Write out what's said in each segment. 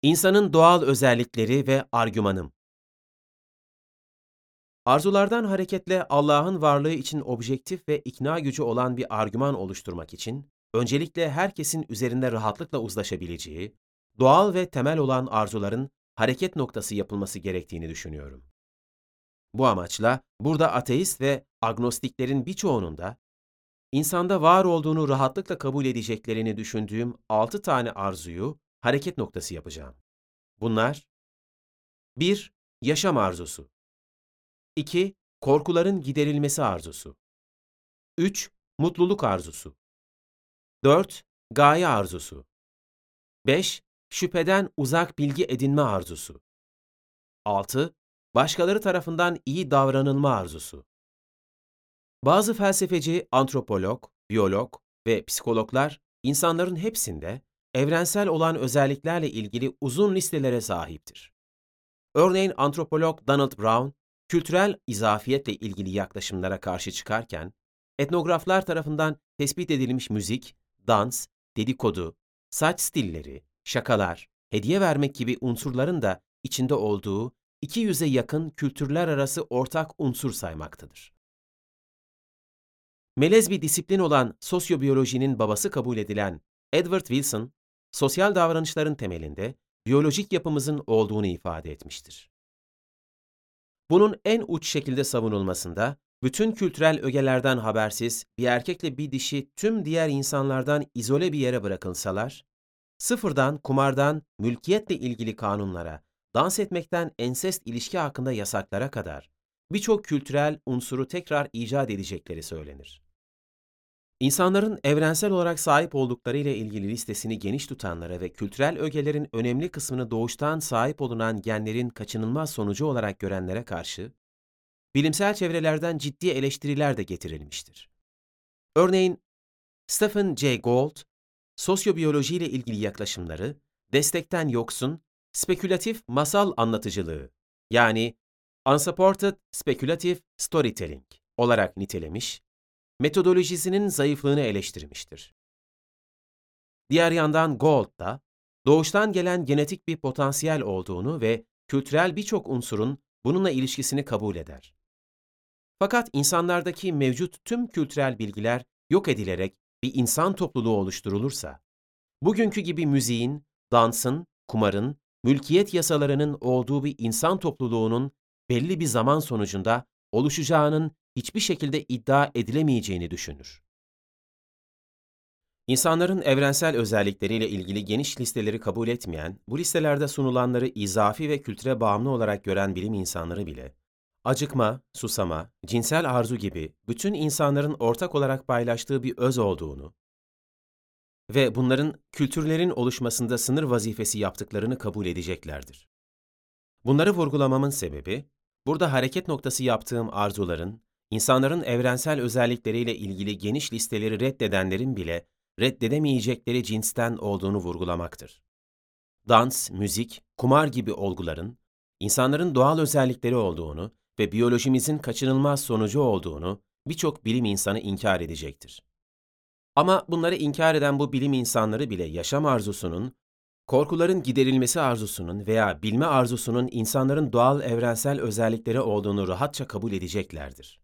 İnsanın doğal özellikleri ve argümanım. Arzulardan hareketle Allah'ın varlığı için objektif ve ikna gücü olan bir argüman oluşturmak için, öncelikle herkesin üzerinde rahatlıkla uzlaşabileceği, doğal ve temel olan arzuların hareket noktası yapılması gerektiğini düşünüyorum. Bu amaçla burada ateist ve agnostiklerin birçoğunun da insanda var olduğunu rahatlıkla kabul edeceklerini düşündüğüm 6 tane arzuyu hareket noktası yapacağım. Bunlar: 1. Yaşam arzusu. 2. Korkuların giderilmesi arzusu. 3. Mutluluk arzusu. 4. Gaye arzusu. 5. Şüpheden uzak bilgi edinme arzusu. 6. Başkaları tarafından iyi davranılma arzusu. Bazı felsefeci, antropolog, biyolog ve psikologlar insanların hepsinde evrensel olan özelliklerle ilgili uzun listelere sahiptir. Örneğin antropolog Donald Brown, kültürel izafiyetle ilgili yaklaşımlara karşı çıkarken, etnograflar tarafından tespit edilmiş müzik, dans, dedikodu, saç stilleri, şakalar, hediye vermek gibi unsurların da içinde olduğu 200'e yakın kültürler arası ortak unsur saymaktadır. Melez bir disiplin olan sosyobiyolojinin babası kabul edilen Edward Wilson, sosyal davranışların temelinde biyolojik yapımızın olduğunu ifade etmiştir. Bunun en uç şekilde savunulmasında, bütün kültürel ögelerden habersiz bir erkekle bir dişi tüm diğer insanlardan izole bir yere bırakılsalar, sıfırdan kumardan mülkiyetle ilgili kanunlara, dans etmekten ensest ilişki hakkında yasaklara kadar birçok kültürel unsuru tekrar icat edecekleri söylenir. İnsanların evrensel olarak sahip oldukları ile ilgili listesini geniş tutanlara ve kültürel ögelerin önemli kısmını doğuştan sahip olunan genlerin kaçınılmaz sonucu olarak görenlere karşı, bilimsel çevrelerden ciddi eleştiriler de getirilmiştir. Örneğin, Stephen Jay Gould, sosyobiyoloji ile ilgili yaklaşımları, destekten yoksun, spekülatif masal anlatıcılığı, yani unsupported speculative storytelling olarak nitelemiş, metodolojisinin zayıflığını eleştirmiştir. Diğer yandan Gould da, doğuştan gelen genetik bir potansiyel olduğunu ve kültürel birçok unsurun bununla ilişkisini kabul eder. Fakat insanlardaki mevcut tüm kültürel bilgiler yok edilerek bir insan topluluğu oluşturulursa, bugünkü gibi müziğin, dansın, kumarın, mülkiyet yasalarının olduğu bir insan topluluğunun belli bir zaman sonucunda oluşacağının hiçbir şekilde iddia edilemeyeceğini düşünür. İnsanların evrensel özellikleriyle ilgili geniş listeleri kabul etmeyen, bu listelerde sunulanları izafi ve kültüre bağımlı olarak gören bilim insanları bile, acıkma, susama, cinsel arzu gibi bütün insanların ortak olarak paylaştığı bir öz olduğunu ve bunların kültürlerin oluşmasında sınır vazifesi yaptıklarını kabul edeceklerdir. Bunları vurgulamamın sebebi, burada hareket noktası yaptığım arzuların, insanların evrensel özellikleriyle ilgili geniş listeleri reddedenlerin bile reddedemeyecekleri cinsten olduğunu vurgulamaktır. Dans, müzik, kumar gibi olguların, insanların doğal özellikleri olduğunu ve biyolojimizin kaçınılmaz sonucu olduğunu birçok bilim insanı inkar edecektir. Ama bunları inkar eden bu bilim insanları bile yaşam arzusunun, korkuların giderilmesi arzusunun veya bilme arzusunun insanların doğal evrensel özellikleri olduğunu rahatça kabul edeceklerdir.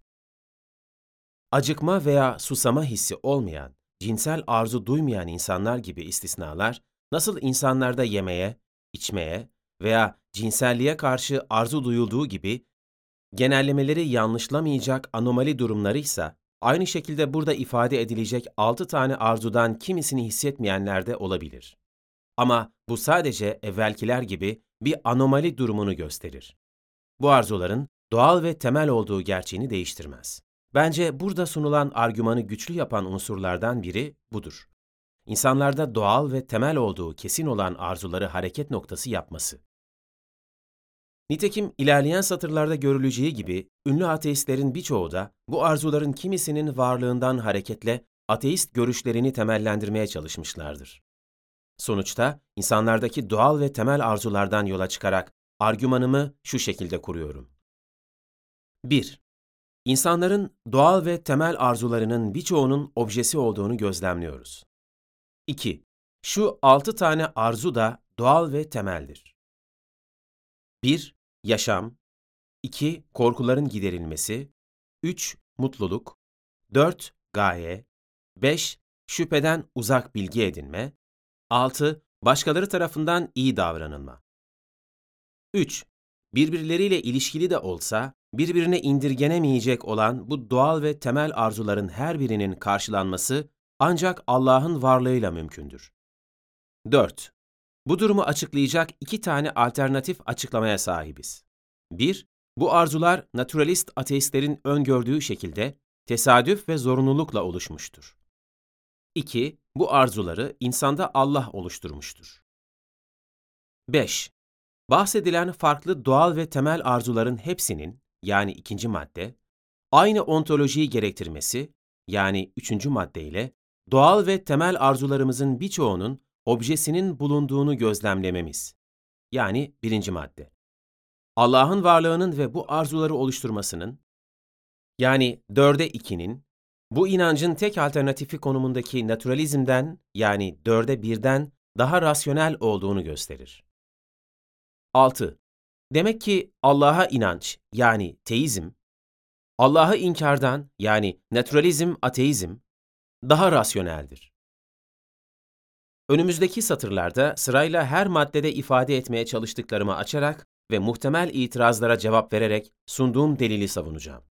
Acıkma veya susama hissi olmayan, cinsel arzu duymayan insanlar gibi istisnalar, nasıl insanlarda yemeye, içmeye veya cinselliğe karşı arzu duyulduğu gibi genellemeleri yanlışlamayacak anomali durumlarıysa, aynı şekilde burada ifade edilecek 6 tane arzudan kimisini hissetmeyenler de olabilir. Ama bu sadece evvelkiler gibi bir anomali durumunu gösterir. Bu arzuların doğal ve temel olduğu gerçeğini değiştirmez. Bence burada sunulan argümanı güçlü yapan unsurlardan biri budur. İnsanlarda doğal ve temel olduğu kesin olan arzuları hareket noktası yapması. Nitekim ilerleyen satırlarda görüleceği gibi ünlü ateistlerin birçoğu da bu arzuların kimisinin varlığından hareketle ateist görüşlerini temellendirmeye çalışmışlardır. Sonuçta insanlardaki doğal ve temel arzulardan yola çıkarak argümanımı şu şekilde kuruyorum. 1. İnsanların doğal ve temel arzularının birçoğunun objesi olduğunu gözlemliyoruz. 2. Şu 6 tane arzu da doğal ve temeldir. 1. Yaşam. 2. Korkuların giderilmesi. 3. Mutluluk. 4. Gaye. 5. Şüpheden uzak bilgi edinme. 6. Başkaları tarafından iyi davranılma. 3. Birbirleriyle ilişkili de olsa, birbirine indirgenemeyecek olan bu doğal ve temel arzuların her birinin karşılanması ancak Allah'ın varlığıyla mümkündür. 4. Bu durumu açıklayacak 2 tane alternatif açıklamaya sahibiz. 1. Bu arzular naturalist ateistlerin öngördüğü şekilde tesadüf ve zorunlulukla oluşmuştur. 2. Bu arzuları insanda Allah oluşturmuştur. 5. Bahsedilen farklı doğal ve temel arzuların hepsinin, yani ikinci madde, aynı ontolojiyi gerektirmesi, yani üçüncü madde ile doğal ve temel arzularımızın birçoğunun objesinin bulunduğunu gözlemlememiz, yani birinci madde. Allah'ın varlığının ve bu arzuları oluşturmasının, yani 4'e 2'nin, bu inancın tek alternatifi konumundaki naturalizmden, yani 4'e 1'den daha rasyonel olduğunu gösterir. 6. Demek ki Allah'a inanç, yani teizm, Allah'ı inkardan, yani naturalizm, ateizm, daha rasyoneldir. Önümüzdeki satırlarda sırayla her maddede ifade etmeye çalıştıklarımı açarak ve muhtemel itirazlara cevap vererek sunduğum delili savunacağım.